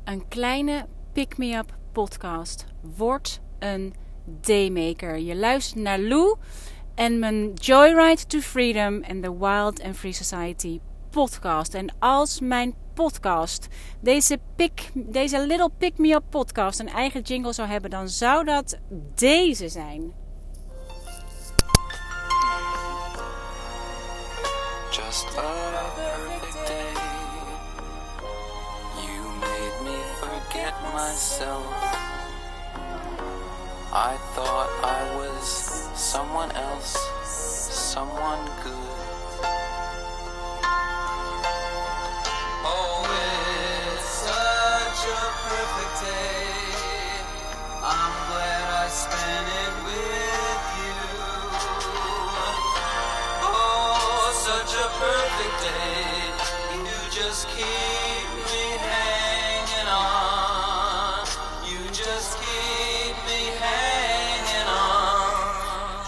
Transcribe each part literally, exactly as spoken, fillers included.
Een kleine pick-me-up podcast. Word een daymaker. Je luistert naar Lou en mijn Joyride to Freedom en de Wild and Free Society podcast. En als mijn podcast, deze, pick, deze little pick-me-up podcast, een eigen jingle zou hebben, dan zou dat deze zijn. Just a perfect day. You made me forget myself. I thought I was someone else, someone good. Oh, it's such a perfect day. I'm glad I spent it with you. Oh, such a perfect day. You just keep me hanging on. You just keep me hanging on.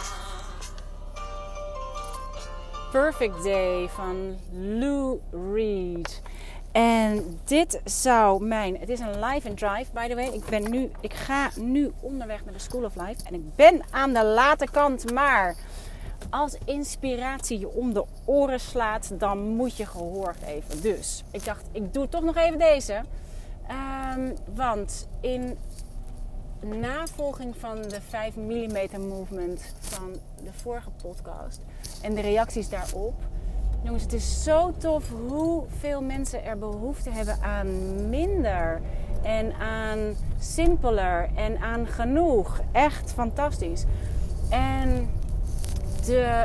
Perfect Day van Lou Reed. En dit zou mijn... Het is een live and drive, by the way. Ik, ben nu, ik ga nu onderweg naar de School of Life. En ik ben aan de late kant. Maar als inspiratie je om de oren slaat, dan moet je gehoord even. Dus ik dacht, ik doe toch nog even deze. Um, want in navolging van de vijf millimeter movement van de vorige podcast en de reacties daarop. Jongens, het is zo tof hoeveel mensen er behoefte hebben aan minder. En aan simpeler. En aan genoeg. Echt fantastisch. En de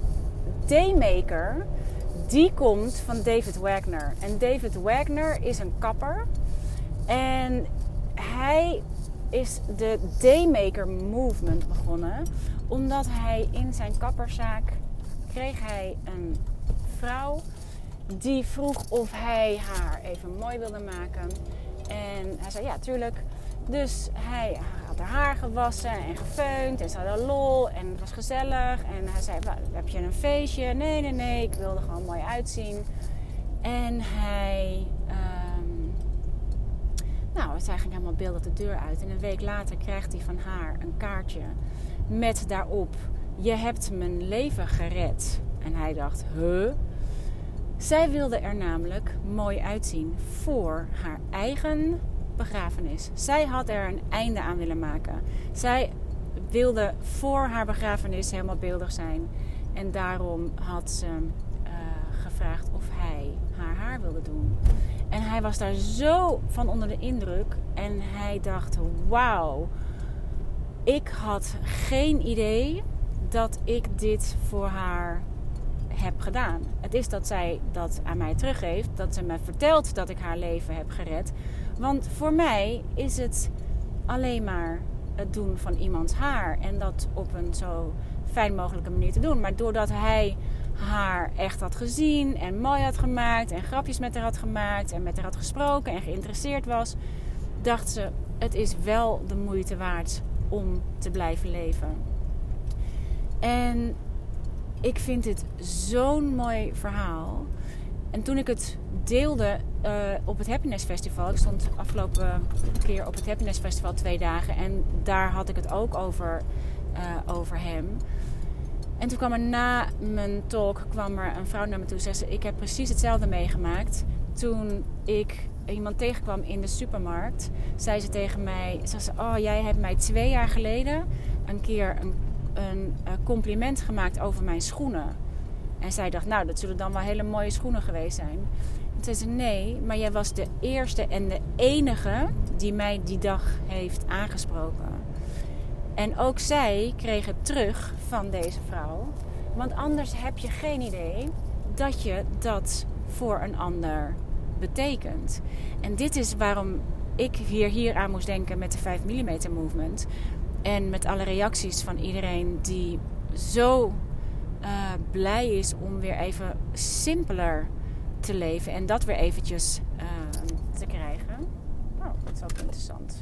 Daymaker, die komt van David Wagner. En David Wagner is een kapper. En hij is de Daymaker movement begonnen. Omdat hij in zijn kapperszaak kreeg hij een vrouw die vroeg of hij haar even mooi wilde maken. En hij zei ja, tuurlijk. Dus hij had haar haar gewassen en gefeund en ze hadden lol en het was gezellig. En hij zei, heb je een feestje? Nee, nee, nee, ik wilde gewoon mooi uitzien. En hij... Um, nou, zij ging helemaal beeldig de deur uit. En een week later krijgt hij van haar een kaartje met daarop: je hebt mijn leven gered. En hij dacht, huh? Zij wilde er namelijk mooi uitzien voor haar eigen begrafenis. Zij had er een einde aan willen maken. Zij wilde voor haar begrafenis helemaal beeldig zijn. En daarom had ze uh, gevraagd of hij haar haar wilde doen. En hij was daar zo van onder de indruk. En hij dacht, wauw. Ik had geen idee dat ik dit voor haar heb gedaan. Het is dat zij dat aan mij teruggeeft. Dat ze me vertelt dat ik haar leven heb gered. Want voor mij is het alleen maar het doen van iemands haar. En dat op een zo fijn mogelijke manier te doen. Maar doordat hij haar echt had gezien en mooi had gemaakt en grapjes met haar had gemaakt en met haar had gesproken en geïnteresseerd was, dacht ze, het is wel de moeite waard om te blijven leven. En ik vind dit zo'n mooi verhaal. En toen ik het deelde uh, op het Happiness Festival. Ik stond afgelopen keer op het Happiness Festival twee dagen. En daar had ik het ook over, uh, over hem. En toen kwam er na mijn talk kwam er een vrouw naar me toe en zei ze, ik heb precies hetzelfde meegemaakt. Toen ik iemand tegenkwam in de supermarkt, zei ze tegen mij, zei ze, oh, jij hebt mij twee jaar geleden een keer een, een compliment gemaakt over mijn schoenen. En zij dacht, nou, dat zullen dan wel hele mooie schoenen geweest zijn. En toen zei ze, nee, maar jij was de eerste en de enige die mij die dag heeft aangesproken. En ook zij kreeg het terug van deze vrouw. Want anders heb je geen idee dat je dat voor een ander betekent. En dit is waarom ik hier, hier aan moest denken met de vijf millimeter movement. En met alle reacties van iedereen die zo uh, blij is om weer even simpeler te leven. En dat weer eventjes uh, te krijgen. Oh, dat is ook interessant.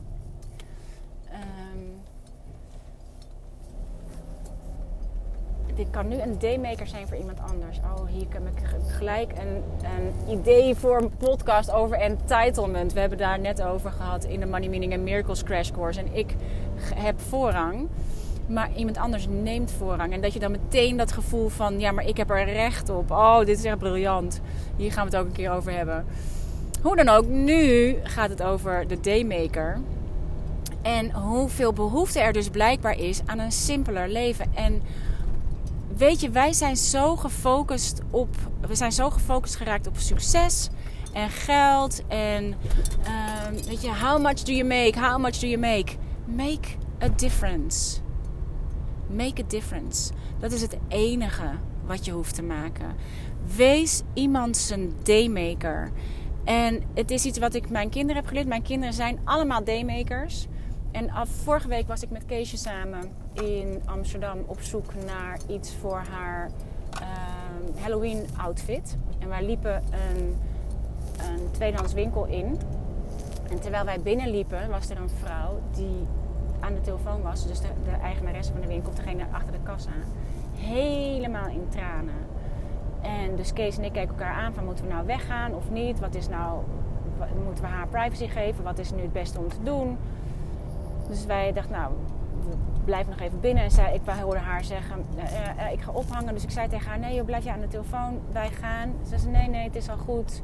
Um, dit kan nu een daymaker zijn voor iemand anders. Oh, hier heb ik gelijk een, een idee voor een podcast over entitlement. We hebben daar net over gehad in de Money Meaning and Miracles Crash Course. En ik heb voorrang, maar iemand anders neemt voorrang. En dat je dan meteen dat gevoel van, ja, maar ik heb er recht op. Oh, dit is echt briljant. Hier gaan we het ook een keer over hebben. Hoe dan ook, nu gaat het over de daymaker. En hoeveel behoefte er dus blijkbaar is aan een simpeler leven. En weet je, wij zijn zo gefocust op, we zijn zo gefocust geraakt op succes en geld. En um, weet je, how much do you make? How much do you make? Make a difference. Make a difference. Dat is het enige wat je hoeft te maken. Wees iemand zijn daymaker. En het is iets wat ik mijn kinderen heb geleerd. Mijn kinderen zijn allemaal daymakers. En af, vorige week was ik met Keesje samen in Amsterdam op zoek naar iets voor haar uh, Halloween outfit. En wij liepen een, een tweedehands winkel in. En terwijl wij binnenliepen was er een vrouw die aan de telefoon was. Dus de, de eigenaresse van de winkel, of degene achter de kassa. Helemaal in tranen. En dus Kees en ik keken elkaar aan van, moeten we nou weggaan of niet? Wat is nou, wat, moeten we haar privacy geven? Wat is nu het beste om te doen? Dus wij dachten, nou, we blijven nog even binnen. En zij, ik hoorde haar zeggen, uh, uh, ik ga ophangen. Dus ik zei tegen haar, nee joh, blijf je aan de telefoon, wij gaan. Ze zei, nee, nee, het is al goed.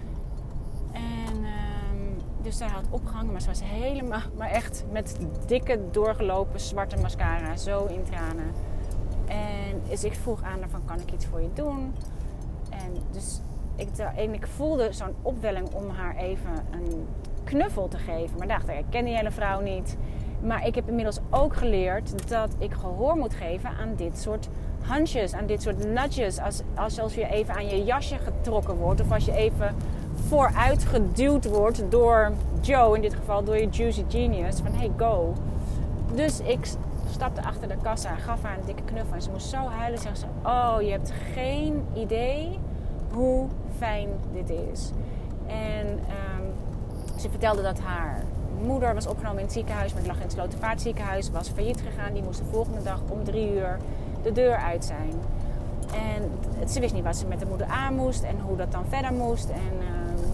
En uh, dus zij had opgehangen, maar ze was helemaal, maar echt met dikke doorgelopen zwarte mascara, zo in tranen. En dus ik vroeg aan haar van, kan ik iets voor je doen? En dus ik, en ik voelde zo'n opwelling om haar even een knuffel te geven. Maar dacht, ik ken die hele vrouw niet. Maar ik heb inmiddels ook geleerd dat ik gehoor moet geven aan dit soort hunches, aan dit soort nudges. Als, als, als je even aan je jasje getrokken wordt, of als je even vooruit geduwd wordt door Joe, in dit geval door je Juicy Genius, van hey, go. Dus ik stapte achter de kassa, gaf haar een dikke knuffel en ze moest zo huilen. Zegt ze, oh, je hebt geen idee hoe fijn dit is. En um, ze vertelde dat haar moeder was opgenomen in het ziekenhuis, maar die lag in het Slotervaartziekenhuis, was failliet gegaan. Die moest de volgende dag om drie uur de deur uit zijn. En ze wist niet wat ze met de moeder aan moest en hoe dat dan verder moest. En, uh,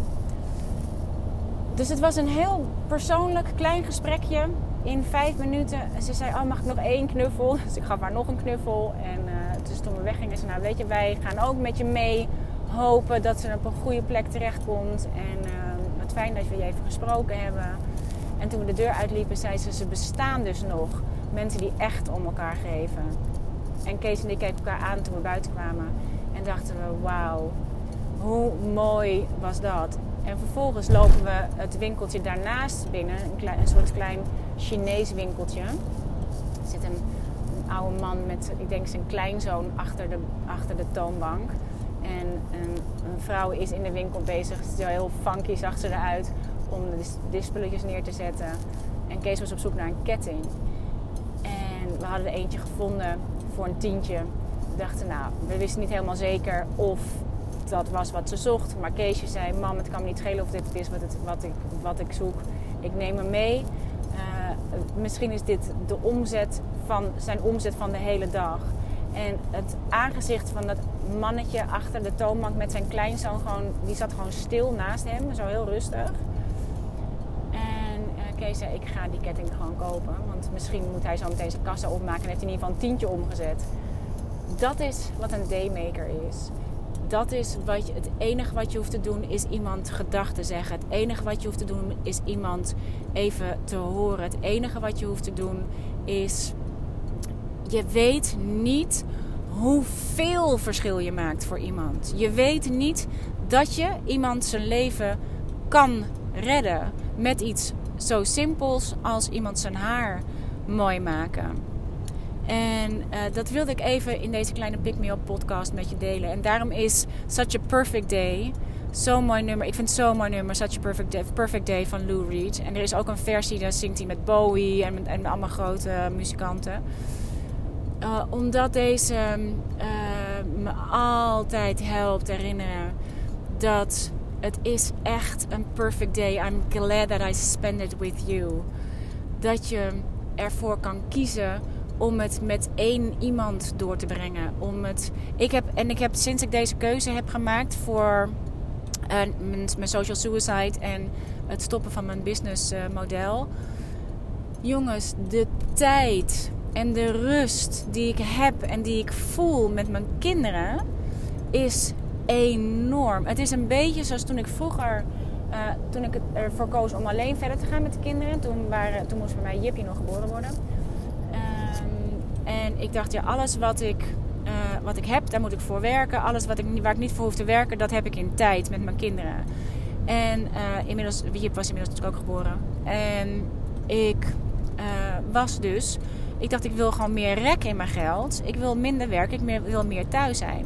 dus het was een heel persoonlijk klein gesprekje in vijf minuten. Ze zei, oh, mag ik nog één knuffel? Dus ik gaf haar nog een knuffel. En uh, dus toen we weggingen, zei ze, nou weet je, wij gaan ook met je mee. Hopen dat ze op een goede plek terechtkomt. En uh, wat fijn dat we je even gesproken hebben. En toen we de deur uitliepen, zei ze, ze bestaan dus nog. Mensen die echt om elkaar geven. En Kees en ik keken elkaar aan toen we buiten kwamen. En dachten we, wauw, hoe mooi was dat. En vervolgens lopen we het winkeltje daarnaast binnen. Een, klein, een soort klein Chinees winkeltje. Er zit een, een oude man met, ik denk zijn kleinzoon, achter de, achter de toonbank. En een, een vrouw is in de winkel bezig. Zo heel funky zag ze eruit om de, de spulletjes neer te zetten. En Kees was op zoek naar een ketting. En we hadden er eentje gevonden voor een tientje. We dachten, nou, we wisten niet helemaal zeker of dat was wat ze zocht. Maar Keesje zei, mam, het kan me niet schelen of dit het is wat, het, wat, ik, wat ik zoek. Ik neem hem mee. Uh, misschien is dit de omzet van, zijn omzet van de hele dag. En het aangezicht van dat mannetje achter de toonbank met zijn kleinzoon, gewoon, die zat gewoon stil naast hem, zo heel rustig. En uh, Kees zei, ik ga die ketting gewoon kopen. Want misschien moet hij zo meteen zijn kassa opmaken en heeft hij in ieder geval een tientje omgezet. Dat is wat een daymaker is. Dat is wat je, het enige wat je hoeft te doen is iemand gedachten zeggen. Het enige wat je hoeft te doen is iemand even te horen. Het enige wat je hoeft te doen is, je weet niet hoeveel verschil je maakt voor iemand. Je weet niet dat je iemand zijn leven kan redden met iets zo simpels als iemand zijn haar mooi maken. En uh, dat wilde ik even in deze kleine Pick Me Up podcast met je delen. En daarom is Such a Perfect Day zo'n mooi nummer. Ik vind het zo'n mooi nummer, Such a Perfect Day, Perfect Day van Lou Reed. En er is ook een versie, daar zingt hij met Bowie en, en allemaal grote uh, muzikanten. Uh, omdat deze uh, me altijd helpt herinneren dat het is echt een perfect day. I'm glad that I spent it with you. Dat je ervoor kan kiezen om het met één iemand door te brengen. Om het, ik heb, en ik heb sinds ik deze keuze heb gemaakt voor uh, mijn, mijn social suicide en het stoppen van mijn businessmodel. Jongens, de tijd en de rust die ik heb en die ik voel met mijn kinderen is enorm. Het is een beetje zoals toen ik vroeger, uh, toen ik ervoor koos om alleen verder te gaan met de kinderen. Toen, waren, toen moest bij mij Jippie nog geboren worden. Um, en ik dacht, ja, alles wat ik, uh, wat ik heb, daar moet ik voor werken. Alles wat ik, waar ik niet voor hoef te werken, dat heb ik in tijd met mijn kinderen. En uh, inmiddels, Jip was inmiddels natuurlijk ook geboren. En ik uh, was dus, ik dacht, ik wil gewoon meer rek in mijn geld. Ik wil minder werken, ik wil meer thuis zijn.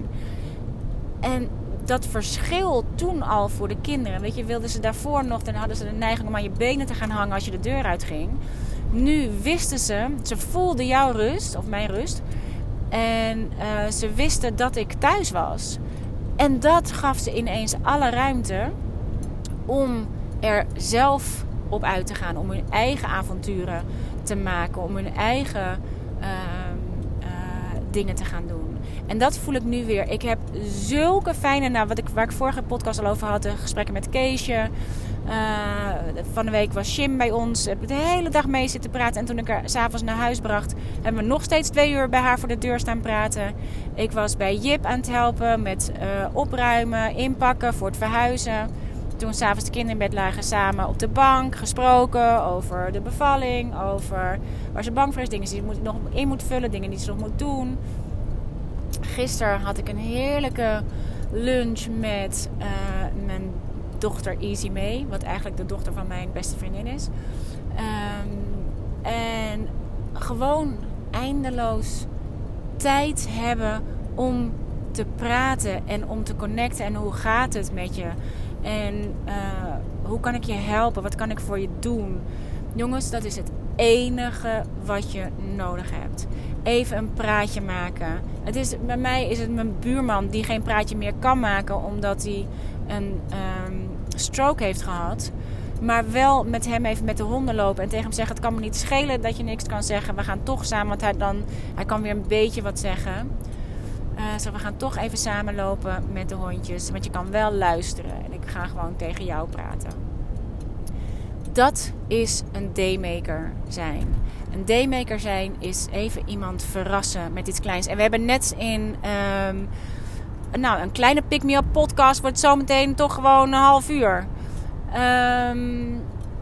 En dat verschil toen al voor de kinderen. Weet je, wilden ze daarvoor nog, dan hadden ze de neiging om aan je benen te gaan hangen als je de deur uitging. Nu wisten ze, ze voelden jouw rust, of mijn rust. En uh, ze wisten dat ik thuis was. En dat gaf ze ineens alle ruimte om er zelf op uit te gaan. Om hun eigen avonturen te maken. Om hun eigen uh, uh, dingen te gaan doen. En dat voel ik nu weer. Ik heb zulke fijne, nou, wat ik, waar ik vorige podcast al over had, de gesprekken met Keesje. Uh, van de week was Shim bij ons. Heb ik de hele dag mee zitten praten. En toen ik haar 's avonds naar huis bracht, hebben we nog steeds twee uur bij haar voor de deur staan praten. Ik was bij Jip aan het helpen met uh, opruimen, inpakken voor het verhuizen. Toen 's avonds de kinderen in bed lagen, samen op de bank gesproken over de bevalling. Over waar ze bang voor is, dingen die ze nog in moet vullen, dingen die ze nog moet doen. Gisteren had ik een heerlijke lunch met uh, mijn dochter Easy May. Wat eigenlijk de dochter van mijn beste vriendin is. Um, en gewoon eindeloos tijd hebben om te praten en om te connecten. En hoe gaat het met je? En uh, hoe kan ik je helpen? Wat kan ik voor je doen? Jongens, dat is het enige wat je nodig hebt. Even een praatje maken. Het is, bij mij is het mijn buurman die geen praatje meer kan maken omdat hij een um, stroke heeft gehad. Maar wel met hem even met de honden lopen en tegen hem zeggen: het kan me niet schelen dat je niks kan zeggen. We gaan toch samen, want hij, dan, hij kan weer een beetje wat zeggen. Uh, zo, we gaan toch even samen lopen met de hondjes. Want je kan wel luisteren. En ik ga gewoon tegen jou praten. Dat is een daymaker zijn. Een daymaker zijn is even iemand verrassen met iets kleins. En we hebben net in um, nou, een kleine Pick Me Up podcast. Wordt zometeen toch gewoon een half uur. Um,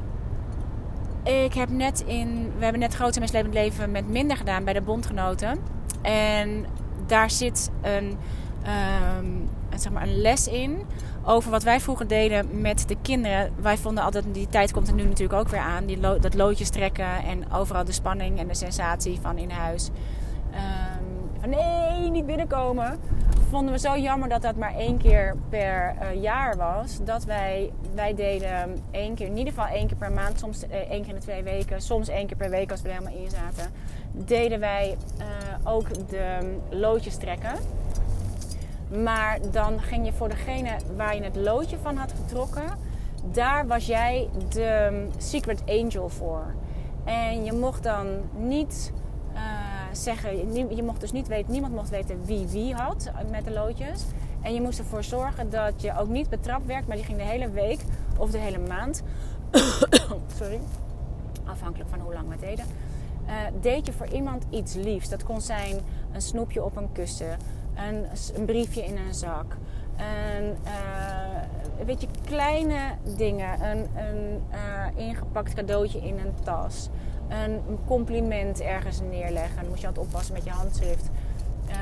ik heb net in... We hebben net Groot en Meeslepend Leven met minder gedaan bij de Bondgenoten. En daar zit een, um, zeg maar een les in over wat wij vroeger deden met de kinderen. Wij vonden altijd, die tijd komt er nu natuurlijk ook weer aan, die lo- dat loodjes trekken en overal de spanning en de sensatie van in huis. Um, van nee, niet binnenkomen. Vonden we zo jammer dat dat maar één keer per uh, jaar was. Dat wij, wij deden één keer, in ieder geval één keer per maand, soms uh, één keer in de twee weken, soms één keer per week als we er helemaal in zaten. Deden wij uh, ook de loodjes trekken. Maar dan ging je voor degene waar je het loodje van had getrokken, daar was jij de secret angel voor. En je mocht dan niet uh, zeggen, je mocht dus niet weten, niemand mocht weten wie wie had met de loodjes. En je moest ervoor zorgen dat je ook niet betrapt werd, maar die ging de hele week of de hele maand, sorry, afhankelijk van hoe lang we het deden, uh, deed je voor iemand iets liefs. Dat kon zijn een snoepje op een kussen, Een, een briefje in een zak. Een, uh, weet je, kleine dingen. Een, een uh, ingepakt cadeautje in een tas. Een, een compliment ergens neerleggen. Dan moest je altijd oppassen met je handschrift. Uh,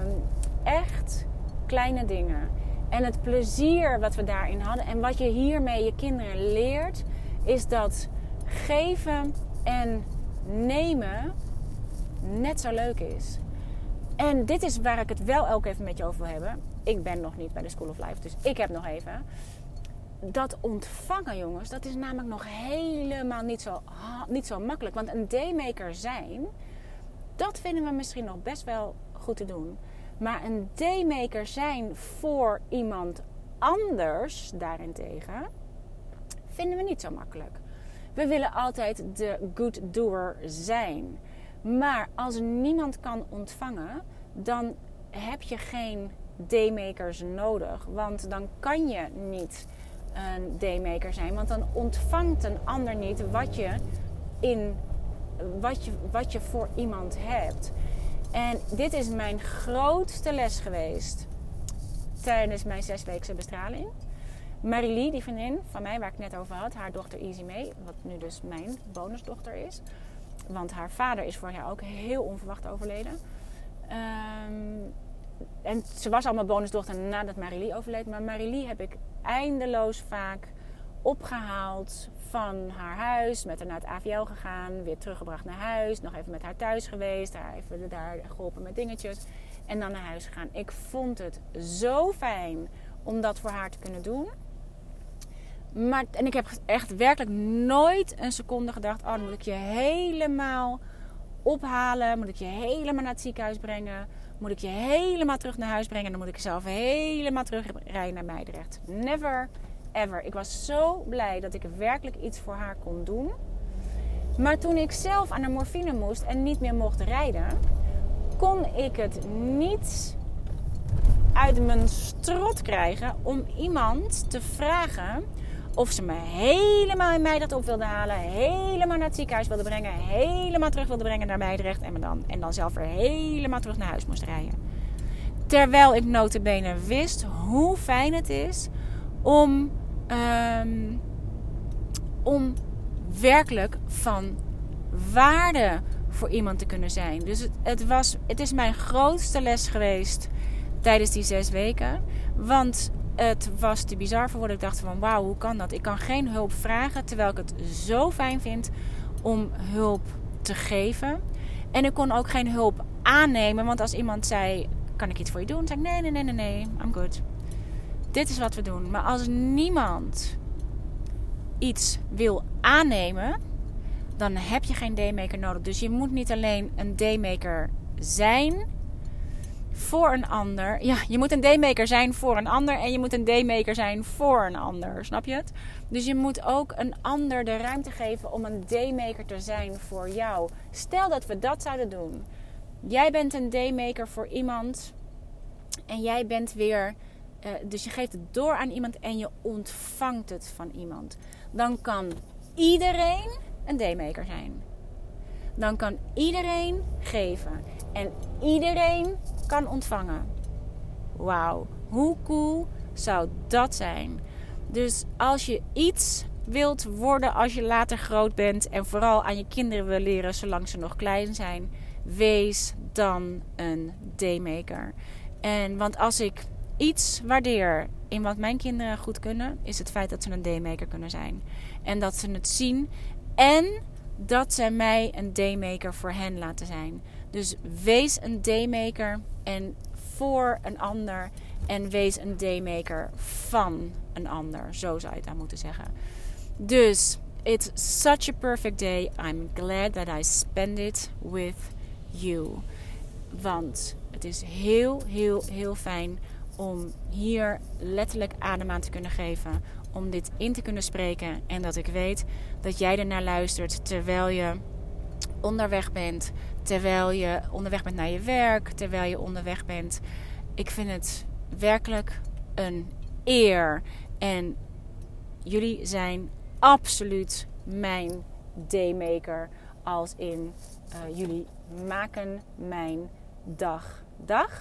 echt kleine dingen. En het plezier wat we daarin hadden. En wat je hiermee je kinderen leert, is dat geven en nemen net zo leuk is. En dit is waar ik het wel ook even met je over wil hebben. Ik ben nog niet bij de School of Life, dus ik heb nog even. Dat ontvangen, jongens, dat is namelijk nog helemaal niet zo, niet zo makkelijk. Want een daymaker zijn, dat vinden we misschien nog best wel goed te doen. Maar een daymaker zijn voor iemand anders, daarentegen, vinden we niet zo makkelijk. We willen altijd de good doer zijn. Maar als niemand kan ontvangen, dan heb je geen daymakers nodig. Want dan kan je niet een daymaker zijn. Want dan ontvangt een ander niet wat je, in, wat je, wat je voor iemand hebt. En dit is mijn grootste les geweest tijdens mijn zesweekse bestraling. Marilie, die vriendin van mij waar ik het net over had, haar dochter Easy May, wat nu dus mijn bonusdochter is. Want haar vader is vorig jaar ook heel onverwacht overleden. Um, en ze was al mijn bonusdochter nadat Marilie overleed. Maar Marilie heb ik eindeloos vaak opgehaald van haar huis. Met haar naar het A V L gegaan. Weer teruggebracht naar huis. Nog even met haar thuis geweest. Haar even daar geholpen met dingetjes. En dan naar huis gegaan. Ik vond het zo fijn om dat voor haar te kunnen doen. Maar, en ik heb echt werkelijk nooit een seconde gedacht... oh, dan moet ik je helemaal ophalen. Moet ik je helemaal naar het ziekenhuis brengen. Moet ik je helemaal terug naar huis brengen. En dan moet ik zelf helemaal terugrijden naar Meidrecht. Never, ever. Ik was zo blij dat ik werkelijk iets voor haar kon doen. Maar toen ik zelf aan de morfine moest en niet meer mocht rijden... kon ik het niet uit mijn strot krijgen om iemand te vragen... of ze me helemaal in Meidrecht op wilde halen. Helemaal naar het ziekenhuis wilde brengen. Helemaal terug wilde brengen naar Meidrecht. En, dan, en dan zelf weer helemaal terug naar huis moest rijden. Terwijl ik nota bene wist hoe fijn het is om, um, om werkelijk van waarde voor iemand te kunnen zijn. Dus het, het, was, het is mijn grootste les geweest tijdens die zes weken. Want het was te bizar voor woorden. Ik dacht van wauw, hoe kan dat? Ik kan geen hulp vragen, terwijl ik het zo fijn vind om hulp te geven. En ik kon ook geen hulp aannemen, want als iemand zei, kan ik iets voor je doen? Dan zei ik, nee, nee, nee, nee, nee, I'm good. Dit is wat we doen. Maar als niemand iets wil aannemen, dan heb je geen daymaker nodig. Dus je moet niet alleen een daymaker zijn voor een ander. Ja, je moet een daymaker zijn voor een ander en je moet een daymaker zijn voor een ander. Snap je het? Dus je moet ook een ander de ruimte geven om een daymaker te zijn voor jou. Stel dat we dat zouden doen. Jij bent een daymaker voor iemand en jij bent weer... Uh, dus je geeft het door aan iemand en je ontvangt het van iemand. Dan kan iedereen een daymaker zijn. Dan kan iedereen geven. En iedereen kan ontvangen. Wauw, hoe cool zou dat zijn? Dus als je iets wilt worden als je later groot bent... en vooral aan je kinderen wil leren zolang ze nog klein zijn... wees dan een daymaker. En want als ik iets waardeer in wat mijn kinderen goed kunnen... is het feit dat ze een daymaker kunnen zijn. En dat ze het zien en dat ze mij een daymaker voor hen laten zijn. Dus wees een daymaker en voor een ander. En wees een daymaker van een ander. Zo zou je het aan moeten zeggen. Dus, it's such a perfect day. I'm glad that I spend it with you. Want het is heel, heel, heel fijn om hier letterlijk adem aan te kunnen geven. Om dit in te kunnen spreken. En dat ik weet dat jij ernaar luistert terwijl je onderweg bent. Terwijl je onderweg bent naar je werk. Terwijl je onderweg bent. Ik vind het werkelijk een eer. En jullie zijn absoluut mijn daymaker. Als in uh, jullie maken mijn dag. Dag.